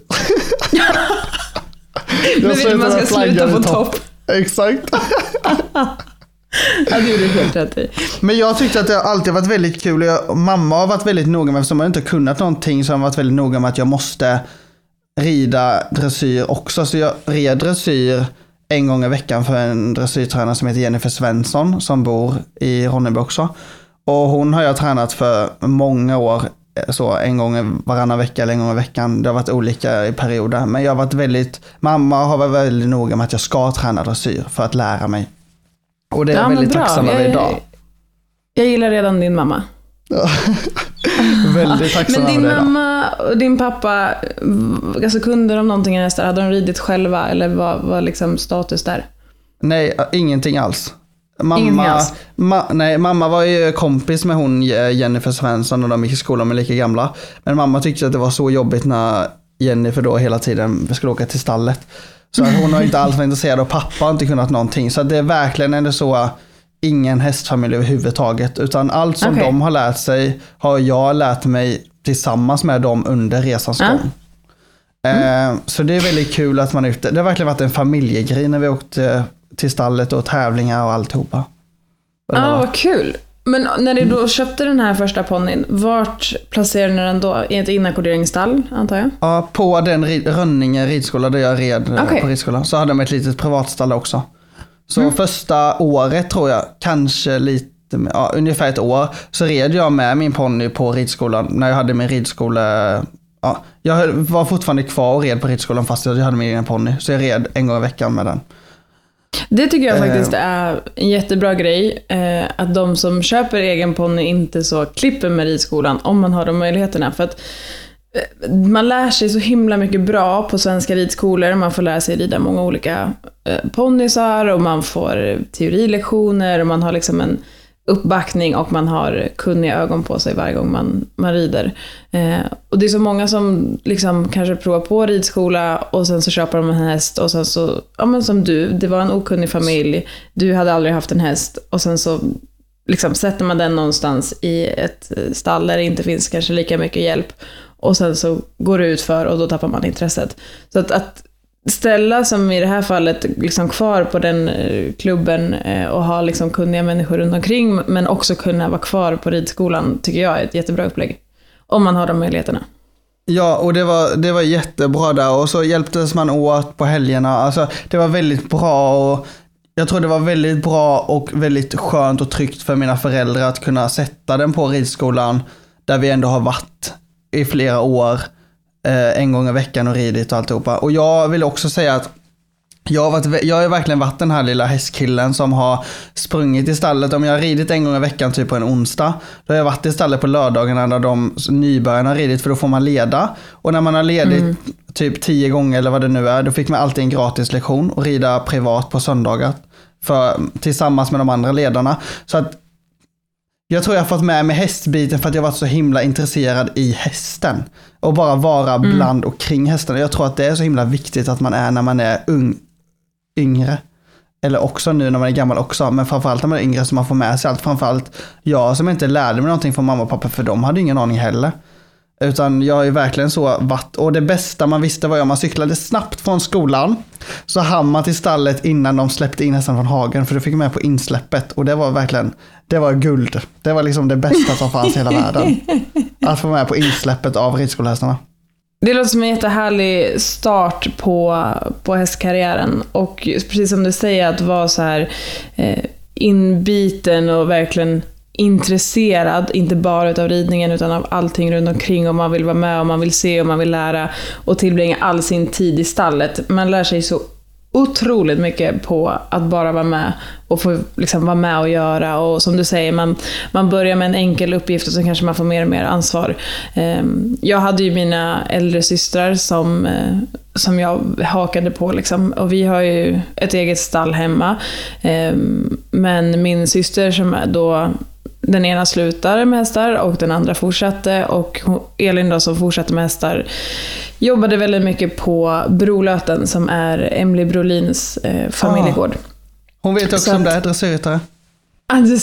Men vill man ska sluta på topp. Exakt. Ja, det gjorde du helt rätt i. Men jag tyckte att det alltid varit väldigt kul. Mamma har varit väldigt noga med, eftersom man inte kunnat någonting, så har varit väldigt noga med att jag måste rida dressyr också. Så jag red dressyr en gång i veckan för en dressyrtränare som heter Jennifer Svensson som bor i Ronneby också. Och hon har jag tränat för många år, så en gång varannan vecka eller en gång i veckan. Det har varit olika i perioder, men jag har varit mamma har varit väldigt noga med att jag ska träna dressyr för att lära mig. Och det är väldigt tacksam över idag. Jag gillar redan din mamma. Väldigt tacksam. Men din mamma och din pappa, alltså kunde de någonting i hästar? Hade de ridit själva eller var liksom status där? Nej, ingenting alls. Mamma var ju kompis med hon Jennifer Svensson och de gick i skolan med lika gamla. Men mamma tyckte att det var så jobbigt när Jennifer då hela tiden skulle åka till stallet. Så hon har inte alls varit intresserad och pappa har inte kunnat någonting. Så det är verkligen ändå så ingen hästfamilj överhuvudtaget. Utan allt som de har lärt sig har jag lärt mig tillsammans med dem under resans gång. Så det är väldigt kul att man är ute. Det har verkligen varit en familjegrej när vi åkte till stallet och tävlingar och alltihopa. Ja, vad kul. Men när du då köpte den här första ponnyn, vart placerade ni den då? I ett inackorderingsstall, antar jag? Ja, på den Rönninge ridskola där jag red på ridskolan. Så hade de ett litet privatstall också. Så första året tror jag, kanske lite, ungefär ett år, så red jag med min ponny på ridskolan. När jag hade min ridskola, jag var fortfarande kvar och red på ridskolan fast jag hade min egen ponny. Så jag red en gång i veckan med den. Det tycker jag faktiskt är en jättebra grej, att de som köper egen ponny inte så klipper med ridskolan om man har de möjligheterna, för att man lär sig så himla mycket bra på svenska ridskolor. Man får lära sig rida många olika ponnysar och man får teorilektioner och man har liksom en uppbackning och man har kunniga ögon på sig varje gång man rider. Och det är så många som liksom kanske provar på ridskola och sen så köper de en häst och sen så, men som du, det var en okunnig familj, du hade aldrig haft en häst och sen så liksom sätter man den någonstans i ett stall där det inte finns kanske lika mycket hjälp och sen så går det ut för och då tappar man intresset. Så att ställa som i det här fallet liksom kvar på den klubben och ha liksom kunniga människor runt omkring men också kunna vara kvar på ridskolan tycker jag är ett jättebra upplägg. Om man har de möjligheterna. Ja, och det var jättebra där och så hjälptes man åt på helgerna. Alltså det var väldigt bra och jag tror det var väldigt bra och väldigt skönt och tryggt för mina föräldrar att kunna sätta den på ridskolan där vi ändå har varit i flera år en gång i veckan och ridit och alltihopa. Och jag vill också säga att Jag har ju verkligen varit den här lilla hästkillen som har sprungit i stallet. Om jag har ridit en gång i veckan, typ på en onsdag, då har jag varit i stallet på lördagarna när de nybörjarna har ridit, för då får man leda. Och när man har ledit typ 10 gånger eller vad det nu är, då fick man alltid en gratis lektion och rida privat på söndagar tillsammans med de andra ledarna. Så att jag tror jag har fått med mig hästbiten för att jag varit så himla intresserad i hästen. Och bara vara bland och kring hästen. Jag tror att det är så himla viktigt att man är när man är yngre. Eller också nu när man är gammal också. Men framförallt när man är yngre, så man får med sig allt. Framförallt jag som inte lärde mig någonting från mamma och pappa, för de hade ingen aning heller. Utan jag är ju verkligen så vatt. Och det bästa man visste var att man cyklade snabbt från skolan, så hann man till stallet innan de släppte in hästen från hagen. För du fick med på insläppet. Och det var verkligen, det var guld. Det var liksom det bästa som fanns i hela världen. Att få med på insläppet av ridskolehästarna. Det låter som en jättehärlig start på hästkarriären. Och precis som du säger, att vara så här inbiten och verkligen intresserad, inte bara utav ridningen utan av allting runt omkring, och man vill vara med och man vill se och man vill lära och tillbringa all sin tid i stallet. Man lär sig så otroligt mycket på att bara vara med och få liksom vara med och göra, och som du säger, man börjar med en enkel uppgift och så kanske man får mer och mer ansvar. Jag hade ju mina äldre systrar som jag hakade på liksom, och vi har ju ett eget stall hemma, men min syster som då, den ena slutar med hästar och den andra fortsatte, och Elin då som fortsatte med hästar jobbade väldigt mycket på Brolöten, som är Emily Brolins familjegård. Hon vet också om det är dressyrryttare. Ja, du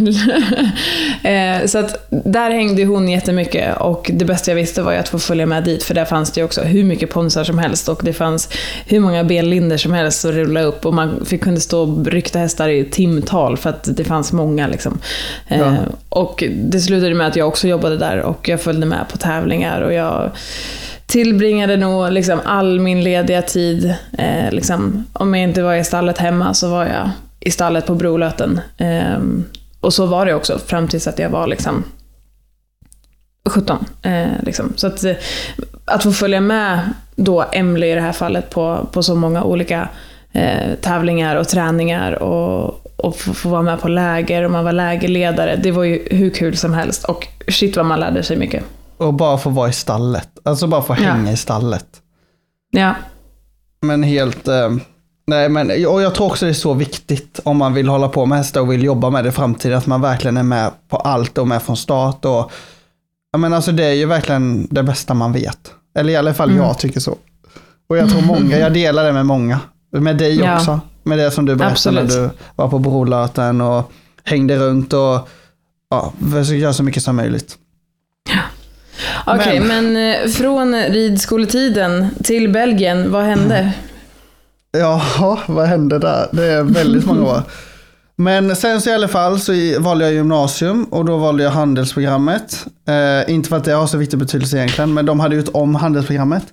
ser. Så att där hängde hon jättemycket, och det bästa jag visste var ju att få följa med dit, för där fanns det ju också hur mycket ponsar som helst, och det fanns hur många benlinder som helst att rulla upp, och man kunde stå och rykta hästar i timtal för att det fanns många liksom. Ja. Och det slutade med att jag också jobbade där, och jag följde med på tävlingar, och jag tillbringade nog liksom all min lediga tid, liksom, om jag inte var i stallet hemma så var jag i stallet på Brolöten. Och så var det också fram tills att jag var liksom 17. Liksom. Så att få följa med då Emily i det här fallet på så många olika tävlingar och träningar, och få vara med på läger, och man var lägerledare. Det var ju hur kul som helst, och shit vad man lärde sig mycket. Och bara få vara i stallet. Alltså bara få hänga i stallet. Ja. Men helt... Nej, men och jag tror också det är så viktigt om man vill hålla på med hästar och vill jobba med det i framtiden, att man verkligen är med på allt och med från start. Och, ja, men alltså det är ju verkligen det bästa man vet. Eller i alla fall jag tycker så. Och jag tror många, jag delar det med många. Med dig också. Med det som du berättade när du var på Brolöten och hängde runt och försökte göra så mycket som möjligt. Okej, men från ridskoletiden till Belgien, vad hände? Ja, vad hände där? Det är väldigt många år. Men sen så i alla fall så valde jag gymnasium, och då valde jag handelsprogrammet. Inte för att det har så viktig betydelse egentligen, men de hade gjort om handelsprogrammet.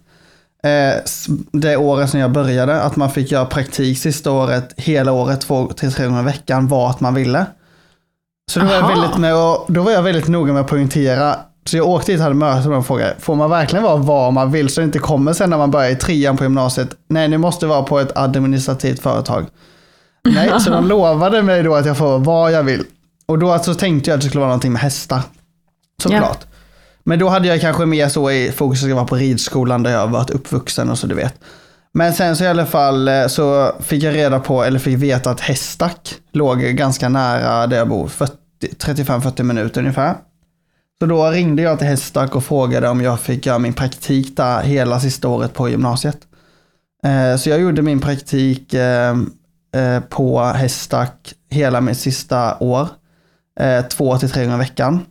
Det året som jag började, att man fick göra praktik sista året, hela året, 2-3 gånger i veckan, vad man ville. Så då var jag väldigt noga med att poängtera. Så jag åkte hit och hade möte och frågade, får man verkligen vara vad man vill, så det inte kommer sen när man börjar i 3:an på gymnasiet? Nej, ni måste vara på ett administrativt företag. Nej, så de lovade mig då att jag får vad jag vill. Och då så tänkte jag att det skulle vara någonting med hästar. Såklart. Ja. Men då hade jag kanske mer så i fokus att vara på ridskolan där jag varit uppvuxen och så du vet. Men sen så i alla fall så fick jag reda på, eller fick veta att Hästack låg ganska nära där jag bor, 35-40 minuter ungefär. Så då ringde jag till Hästack och frågade om jag fick göra min praktik där hela sista året på gymnasiet. Så jag gjorde min praktik på Hästack hela mitt sista år. 2-3 gånger i veckan.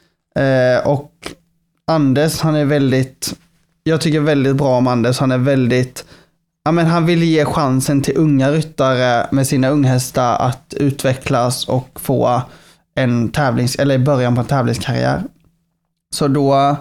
Och Anders, han är väldigt... Jag tycker väldigt bra om Anders. Han är väldigt... Ja, men han vill ge chansen till unga ryttare med sina unghästar att utvecklas och få en eller början på en tävlingskarriär. Så då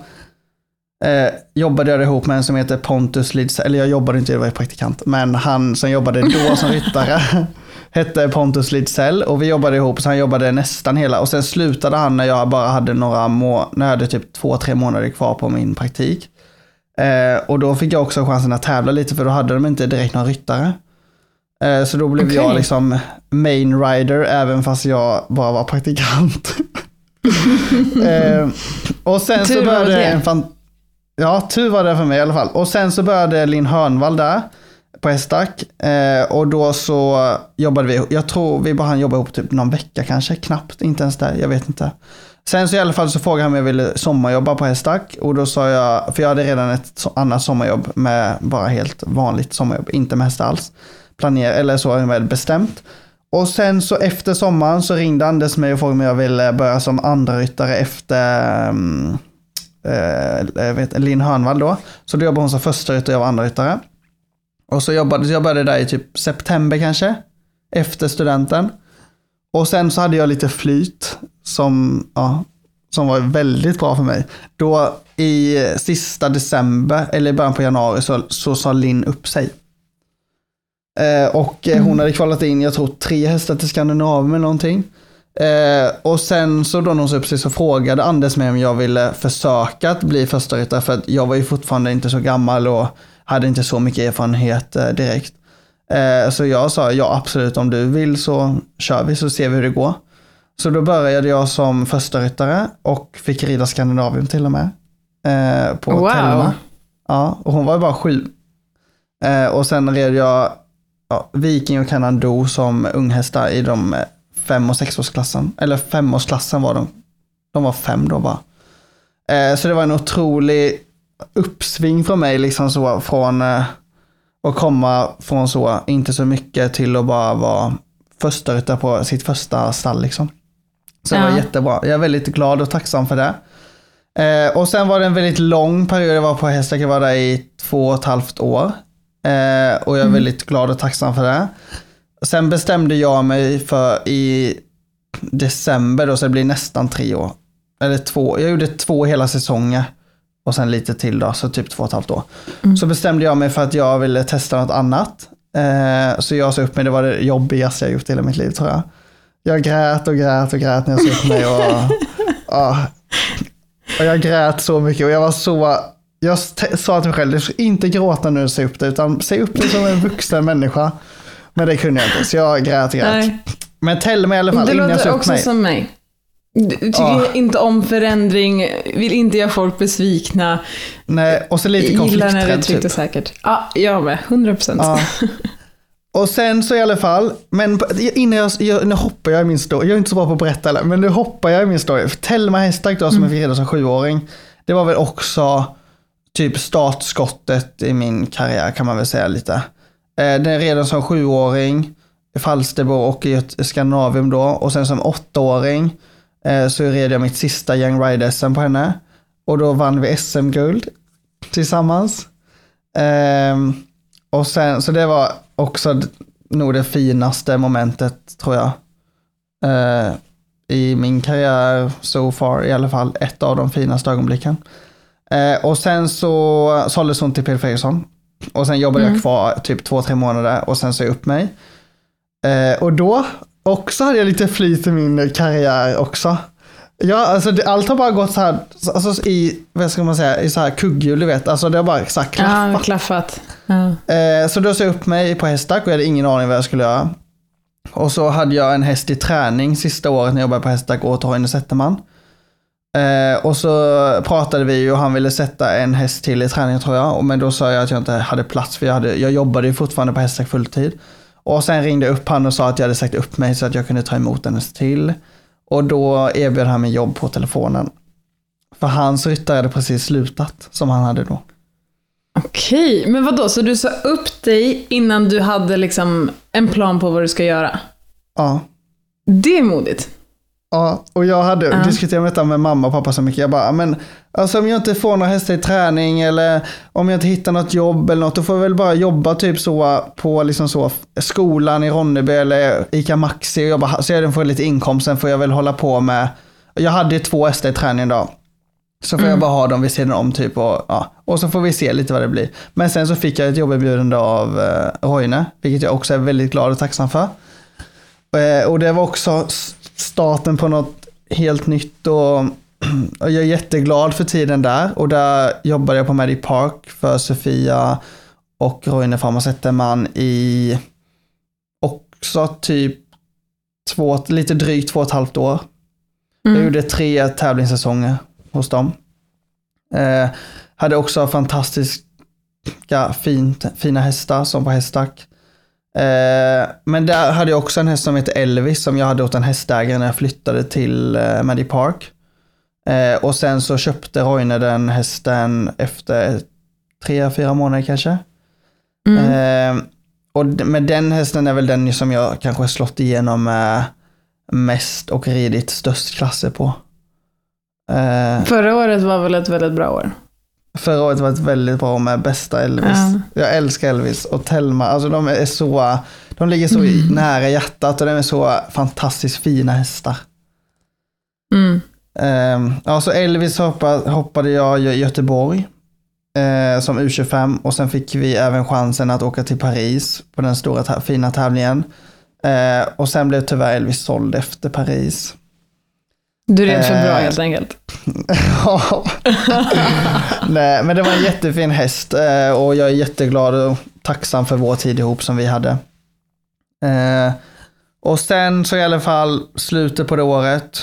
jobbade jag ihop med en som heter Pontus Lidsell. Eller jag jobbade inte, jag var praktikant. Men han som jobbade då som ryttare hette Pontus Lidsell. Och vi jobbade ihop, så han jobbade nästan hela. Och sen slutade han när jag bara hade när jag hade typ 2-3 månader kvar på min praktik. Och då fick jag också chansen att tävla lite, för då hade de inte direkt någon ryttare. Så då blev jag liksom main rider även fast jag bara var praktikant. Och sen så började tur var det för mig i alla fall. Och sen så började Linn Hörnvall där på Hästack. Och då så jobbade vi, jag tror vi bara hann jobba ihop typ någon vecka kanske, knappt, inte ens där, jag vet inte. Sen så i alla fall så frågade han om jag ville sommarjobba på Hästack. Och då sa jag, för jag hade redan ett annat sommarjobb med bara helt vanligt sommarjobb, inte med hästar alls. Eller så är det bestämt. Och sen så efter sommaren så ringde Anders mig och frågade om jag ville börja som andra ryttare efter Linn Hörnvall då. Så då jobbade hon som första ryttare och jag var andra ryttare. Och så jag började där i typ september kanske, efter studenten. Och sen så hade jag lite flyt som var väldigt bra för mig. Då i sista december eller i början på januari så sa Linn upp sig. Och hon hade kvalat in, jag tror 3 hästar till Skandinavien eller någonting. Och sen så då när hon sa upp sig så frågade Anders mig om jag ville försöka att bli första ryttare, för att jag var ju fortfarande inte så gammal och hade inte så mycket erfarenhet direkt. Så jag sa, ja absolut, om du vill så kör vi, så ser vi hur det går. Så då började jag som första ryttare och fick rida Skandinavien till och med. På Telma. Ja, och hon var ju bara 7. Och sen red jag Viking och Kanado som unghästar i de 5- och 6-årsklassen. Eller 5-årsklassen var de. De var 5 då bara. Så det var en otrolig uppsving för mig liksom så, från att komma från så inte så mycket till att bara vara första ryttare på sitt första stall liksom. Så det var jättebra. Jag är väldigt glad och tacksam för det. Och sen var det en väldigt lång period jag var på Hästack. Jag var där i 2,5 år. Och jag är väldigt glad och tacksam för det. Sen bestämde jag mig för i december då, så det blir nästan 3 år. Eller 2. Jag gjorde 2 hela säsonger. Och sen lite till då, så typ 2,5 år. Så bestämde jag mig för att jag ville testa något annat. Så jag sa upp mig, det var det jobbigaste jag gjort i hela mitt liv tror jag. Jag grät när jag sa upp mig. Och jag grät så mycket. Och jag var så... Jag sa till mig själv, du ska inte gråta när du säger upp det, utan säg upp det som en vuxen människa. Men det kunde jag inte, så jag grät. Nej. Men tell mig i alla fall det innan jag sa upp också mig. Som mig. Du tycker inte om förändring, vill inte göra folk besvikna. Nej, och så lite konflikträdd. Gillar när det är tryggt och säkert. Ja, jag med, 100%. Ja. Och sen så i alla fall, men innan nu hoppar jag i min story. Jag är inte så bra på att berätta eller, men nu hoppar jag i min story. Telma Hästack då, som jag fick reda som 7-åring. Det var väl också typ startskottet i min karriär kan man väl säga lite. Den är redan som 7-åring i Falsterbo och i Skandinavium då. Och sen som 8-åring så red jag mitt sista Young Rider-SM på henne. Och då vann vi SM-guld tillsammans. Och sen, så det var också nog det finaste momentet tror jag. I min karriär so far, i alla fall ett av de finaste ögonblicken. Och sen så såldes hon till Peder Fredriksson. Och sen jobbade jag kvar typ 2-3 månader och sen så jag upp mig. Och då också hade jag lite flyt i min karriär också. Ja, alltså allt har bara gått så här, alltså i, vad ska man säga, i så här kugghjul, du vet. Alltså det har bara så här klaffat. Ja, klaffat. Ja. Så då så jag upp mig på Hästack och jag hade ingen aning vad jag skulle göra. Och så hade jag en häst i träning sista året när jag jobbade på Hästack åt Roine Zetterman. Och så pratade vi och han ville sätta en häst till i träning tror jag. Men då sa jag att jag inte hade plats för jag jobbade ju fortfarande på Hästack fulltid. Och sen ringde jag upp han och sa att jag hade sagt upp mig så att jag kunde ta emot en häst till. Och då erbjöd han mig jobb på telefonen. För hans ryttare hade precis slutat som han hade då. Okej, men vadå? Så du sa upp dig innan du hade liksom en plan på vad du ska göra? Ja. Det är modigt. Ja, och jag hade diskuterat detta med mamma och pappa så mycket. Jag bara, men alltså om jag inte får några hästar i träning eller om jag inte hittar något jobb eller något, då får jag väl bara jobba typ så på liksom så skolan i Ronneby eller Ica Maxi och jobba, så jag får lite inkomst, sen får jag väl hålla på med, jag hade ju 2 hästar i träning då. Så får jag bara ha dem vid sidan om typ och så får vi se lite vad det blir. Men sen så fick jag ett jobberbjudande av Roine, vilket jag också är väldigt glad och tacksam för. Och det var också starten på något helt nytt och jag är jätteglad för tiden där. Och där jobbade jag på Magic Park för Sofia och Roine Farmer Zetterman i också typ lite drygt 2,5 år. Jag gjorde 3 tävlingssäsonger hos dem. Hade också fantastiska fina hästar som på hästack. Men där hade jag också en häst som heter Elvis som jag hade åt en hästägare när jag flyttade till Maddy Park. Och sen så köpte Roine den hästen efter 3-4 månader kanske. Och med den hästen är väl den som jag kanske har slått igenom mest och ridit störst klasser på. Förra året var väl ett väldigt bra år? Förra året var ett väldigt bra med bästa Elvis. Jag älskar Elvis och Telma. Alltså de ligger så nära hjärtat och de är så fantastiskt fina hästar. Så Elvis hoppade jag i Göteborg som U25 och sen fick vi även chansen att åka till Paris på den stora fina tävlingen. Och sen blev tyvärr Elvis såld efter Paris. Du red för bra helt enkelt. Ja. Nej, men det var en jättefin häst och jag är jätteglad och tacksam för vår tid ihop som vi hade. Och sen så i alla fall slutet på det året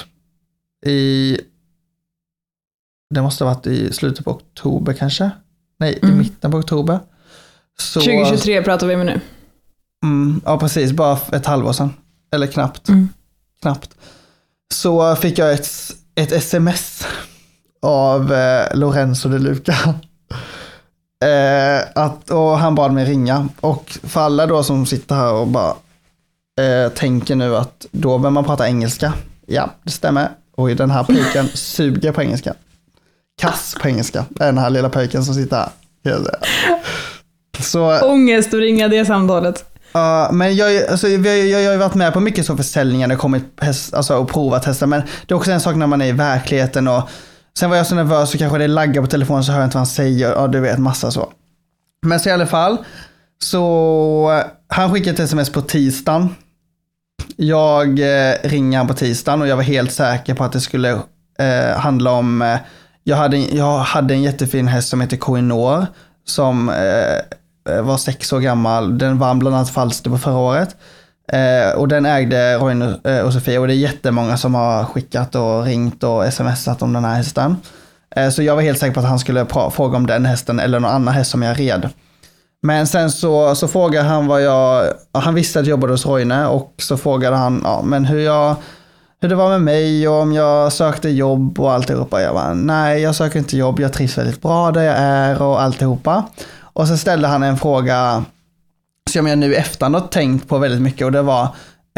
det måste ha varit i slutet på oktober kanske. Nej, i mitten på oktober. Så, 2023 pratar vi med nu. Ja, precis. Bara ett halvår sedan. Eller knappt. Knappt. Så fick jag ett sms av Lorenzo De Luca. Och han bad mig ringa. Och för alla då som sitter här och bara tänker nu att då bör man prata engelska. Ja, det stämmer. Och den här pojken suger på engelska. Kass på engelska. Den här lilla pojken som sitter här. Så, ångest att ringa det samtalet. Men jag har ju varit med på mycket så försäljningar. Det kommit och provat hästar. Men det är också en sak när man är i verkligheten. Och sen var jag så nervös så kanske det laggar på telefonen så hör jag inte vad han säger. Ja, du vet, massa så. Men så i alla fall. Så han skickade ett sms på tisdagen. Jag ringer han på tisdagen och jag var helt säker på att det skulle handla om... Jag hade en jättefin häst som heter Koinor som var 6 år gammal. Den vann bland annat Falster på förra året. Och den ägde Roine och Sofia och det är jättemånga som har skickat och ringt och smsat om den här hästen. Så jag var helt säker på att han skulle fråga om den hästen eller någon annan häst som jag red. Men sen så frågade han han visste att jag jobbade hos Roine och så frågade han men hur det var med mig och om jag sökte jobb och alltihopa. Jag bara, nej jag söker inte jobb, jag trivs väldigt bra där jag är och alltihopa. Och så ställde han en fråga som jag nu efterhand har tänkt på väldigt mycket och det var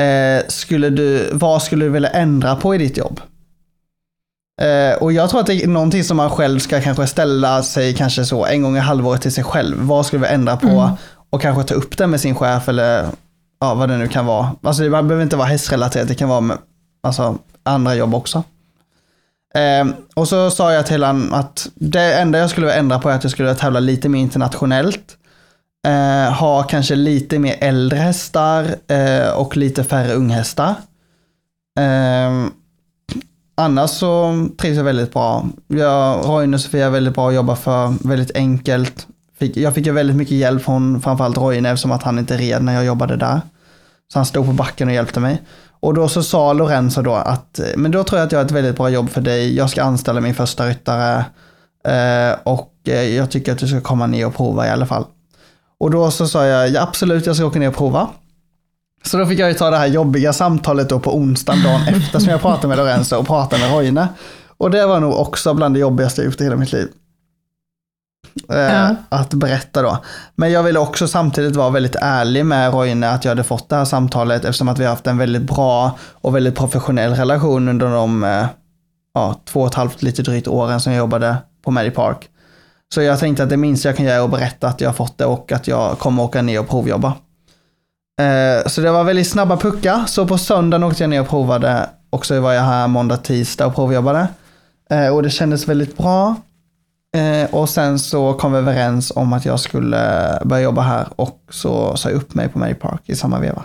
vad skulle du vilja ändra på i ditt jobb? Och jag tror att det är någonting som man själv ska kanske ställa sig kanske så en gång i halvåret till sig själv. Vad skulle vi ändra på och kanske ta upp det med sin chef eller vad det nu kan vara. Alltså det behöver inte vara hästrelaterat, det kan vara med, andra jobb också. Och så sa jag till han att det enda jag skulle ändra på är att jag skulle tävla lite mer internationellt. Ha kanske lite mer äldre hästar och lite färre unghästar. Annars så trivs jag väldigt bra. Roine och Sofia är väldigt bra att jobba för, väldigt enkelt. Jag fick ju väldigt mycket hjälp från framförallt Roine eftersom att han inte red när jag jobbade där. Så han stod på backen och hjälpte mig. Och då så sa Lorenzo då att men då tror jag att jag har ett väldigt bra jobb för dig. Jag ska anställa min första ryttare och jag tycker att du ska komma ner och prova i alla fall. Och då så sa jag ja, absolut, jag ska åka ner och prova. Så då fick jag ju ta det här jobbiga samtalet då på onsdagen dagen efter som jag pratade med Lorenzo och pratade med Roine. Och det var nog också bland det jobbigaste jag gjort i hela mitt liv. Att berätta då. Men jag ville också samtidigt vara väldigt ärlig med Roine att jag hade fått det här samtalet eftersom att vi har haft en väldigt bra och väldigt professionell relation under de 2,5 lite drygt åren som jag jobbade på Maddy Park. Så jag tänkte att det minsta jag kan göra är att berätta att jag har fått det och att jag kommer åka ner och provjobba. Så det var väldigt snabba puckar. Så på söndagen åkte jag ner och provade och så var jag här måndag, tisdag och provjobbade. Och det kändes väldigt bra. Och sen så kom vi överens om att jag skulle börja jobba här och så sa jag upp mig på Maddy Park i samma veva.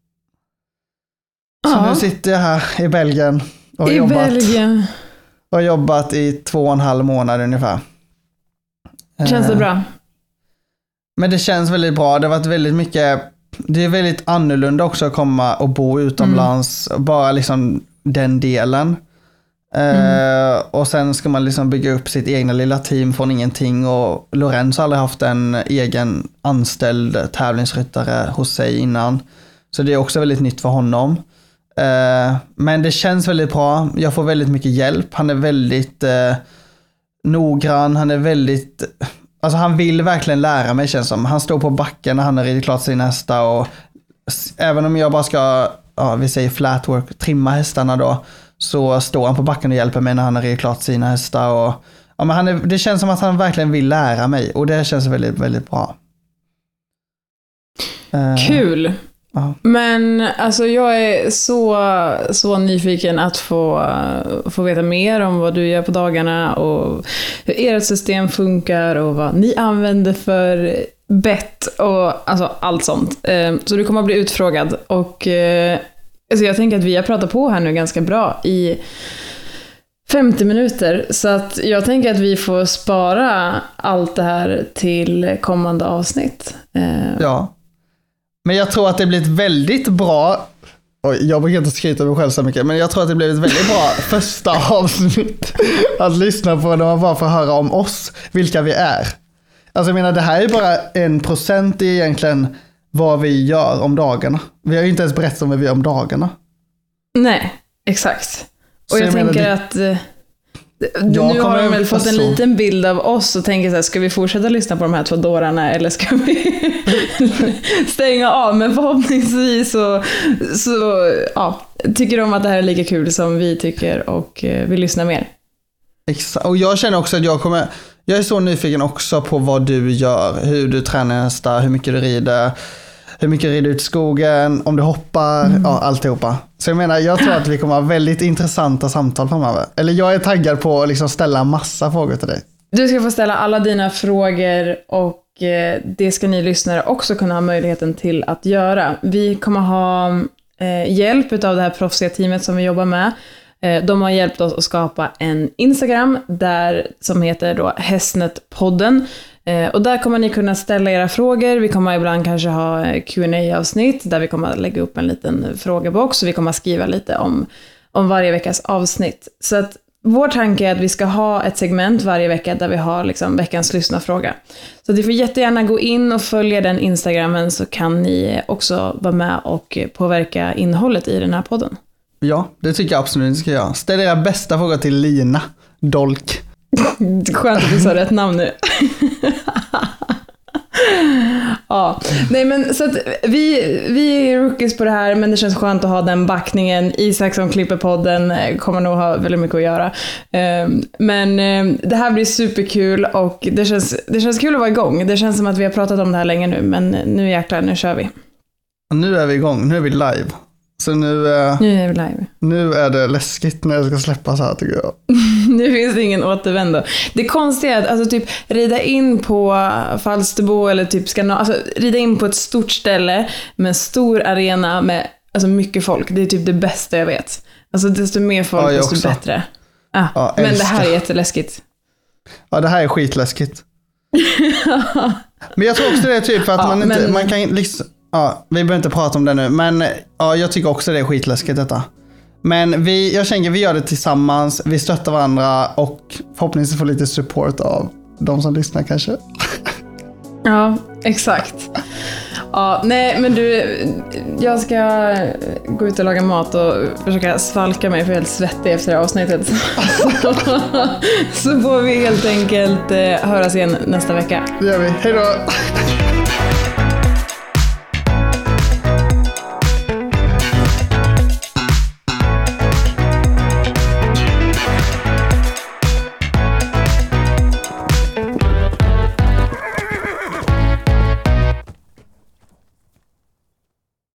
Så nu sitter jag här i Belgien och har jobbat i 2,5 månader ungefär. Känns det bra? Men det känns väldigt bra. Det har varit väldigt mycket det är väldigt annorlunda också att komma och bo utomlands. Bara liksom den delen. Och sen ska man liksom bygga upp sitt egna lilla team från ingenting. Och Lorenz har aldrig haft en egen anställd tävlingsryttare hos sig innan. Så det är också väldigt nytt för honom. Men det känns väldigt bra. Jag får väldigt mycket hjälp. Han är väldigt noggrann. Han är väldigt... Alltså han vill verkligen lära mig, känns som. Han står på backen när han har ridit klart sin hästar. Och även om jag bara ska, vi säger flatwork, trimma hästarna då. Så står han på backen och hjälper mig när han har ridit klart sina hästar. Och, ja, men det känns som att han verkligen vill lära mig. Och det känns väldigt, väldigt bra. Kul! Men alltså jag är så nyfiken att få veta mer om vad du gör på dagarna och hur ert system funkar och vad ni använder för bett och alltså allt sånt. Så du kommer att bli utfrågad och alltså jag tänker att vi har pratat på här nu ganska bra i 50 minuter, så att jag tänker att vi får spara allt det här till kommande avsnitt. Ja. Men jag tror att det blir ett väldigt bra, och jag brukar inte skryta mig själv så mycket, men jag tror att det blir ett väldigt bra första avsnitt att lyssna på när man bara får höra om oss, vilka vi är. Alltså jag menar, det här är bara 1% i egentligen vad vi gör om dagarna. Vi har ju inte ens berättat om vad vi gör om dagarna. Nej, exakt. Och så jag tänker att nu har de väl fått en liten bild av oss och tänker så här, ska vi fortsätta lyssna på de här 2 dårarna eller ska vi stänga av? Men förhoppningsvis så tycker de att det här är lika kul som vi tycker och vill lyssna mer. Exakt. Och jag känner också att jag är så nyfiken också på vad du gör, hur du tränar hästar, hur mycket du rider, hur mycket rider ut i skogen, om du hoppar, alltihopa. Så jag menar, jag tror att vi kommer ha väldigt intressanta samtal framöver. Eller jag är taggad på att liksom ställa en massa frågor till dig. Du ska få ställa alla dina frågor och det ska ni lyssnare också kunna ha möjligheten till att göra. Vi kommer ha hjälp av det här proffsiga teamet som vi jobbar med. De har hjälpt oss att skapa en Instagram som heter då Hästnetpodden. Och där kommer ni kunna ställa era frågor. Vi kommer ibland kanske ha Q&A-avsnitt där vi kommer lägga upp en liten frågebox och vi kommer skriva lite om varje veckas avsnitt. Så att vår tanke är att vi ska ha ett segment varje vecka där vi har liksom veckans lyssnarfråga. Så att ni får jättegärna gå in och följa den Instagrammen, så kan ni också vara med och påverka innehållet i den här podden. Ja, det tycker jag absolut ni ska göra. Ställ era bästa fråga till Lina Dolk. Skönt att du sa rätt namn nu. Ja, nej men så att vi är rookies på det här, men det känns skönt att ha den backningen. Isak som klipper podden kommer nog ha väldigt mycket att göra. Men det här blir superkul och det känns kul att vara igång. Det känns som att vi har pratat om det här länge nu, men nu jäklar, nu kör vi. Nu är vi igång, nu är vi live. Så nu är vi live. Nu är det läskigt när jag ska släppa så här, tycker jag. Nu finns det ingen återvändo. Det konstiga är att alltså, typ rida in på Falsterbo eller typ rida in på ett stort ställe med en stor arena med alltså, mycket folk. Det är typ det bästa jag vet. Alltså desto mer folk, desto också bättre. Men det här är jätteläskigt. Ja, det här är skitläskigt. Men jag tror också det är typ för att man kan liksom... Ja, vi behöver inte prata om det nu, men ja, jag tycker också det är skitläskigt detta. Men jag tänker vi gör det tillsammans, vi stöttar varandra och förhoppningsvis får lite support av de som lyssnar kanske. Ja, exakt. Ja, nej men jag ska gå ut och laga mat och försöka svalka mig för jag är helt svettig efter det här avsnittet. Så får vi helt enkelt höras igen nästa vecka. Det gör vi, hej då!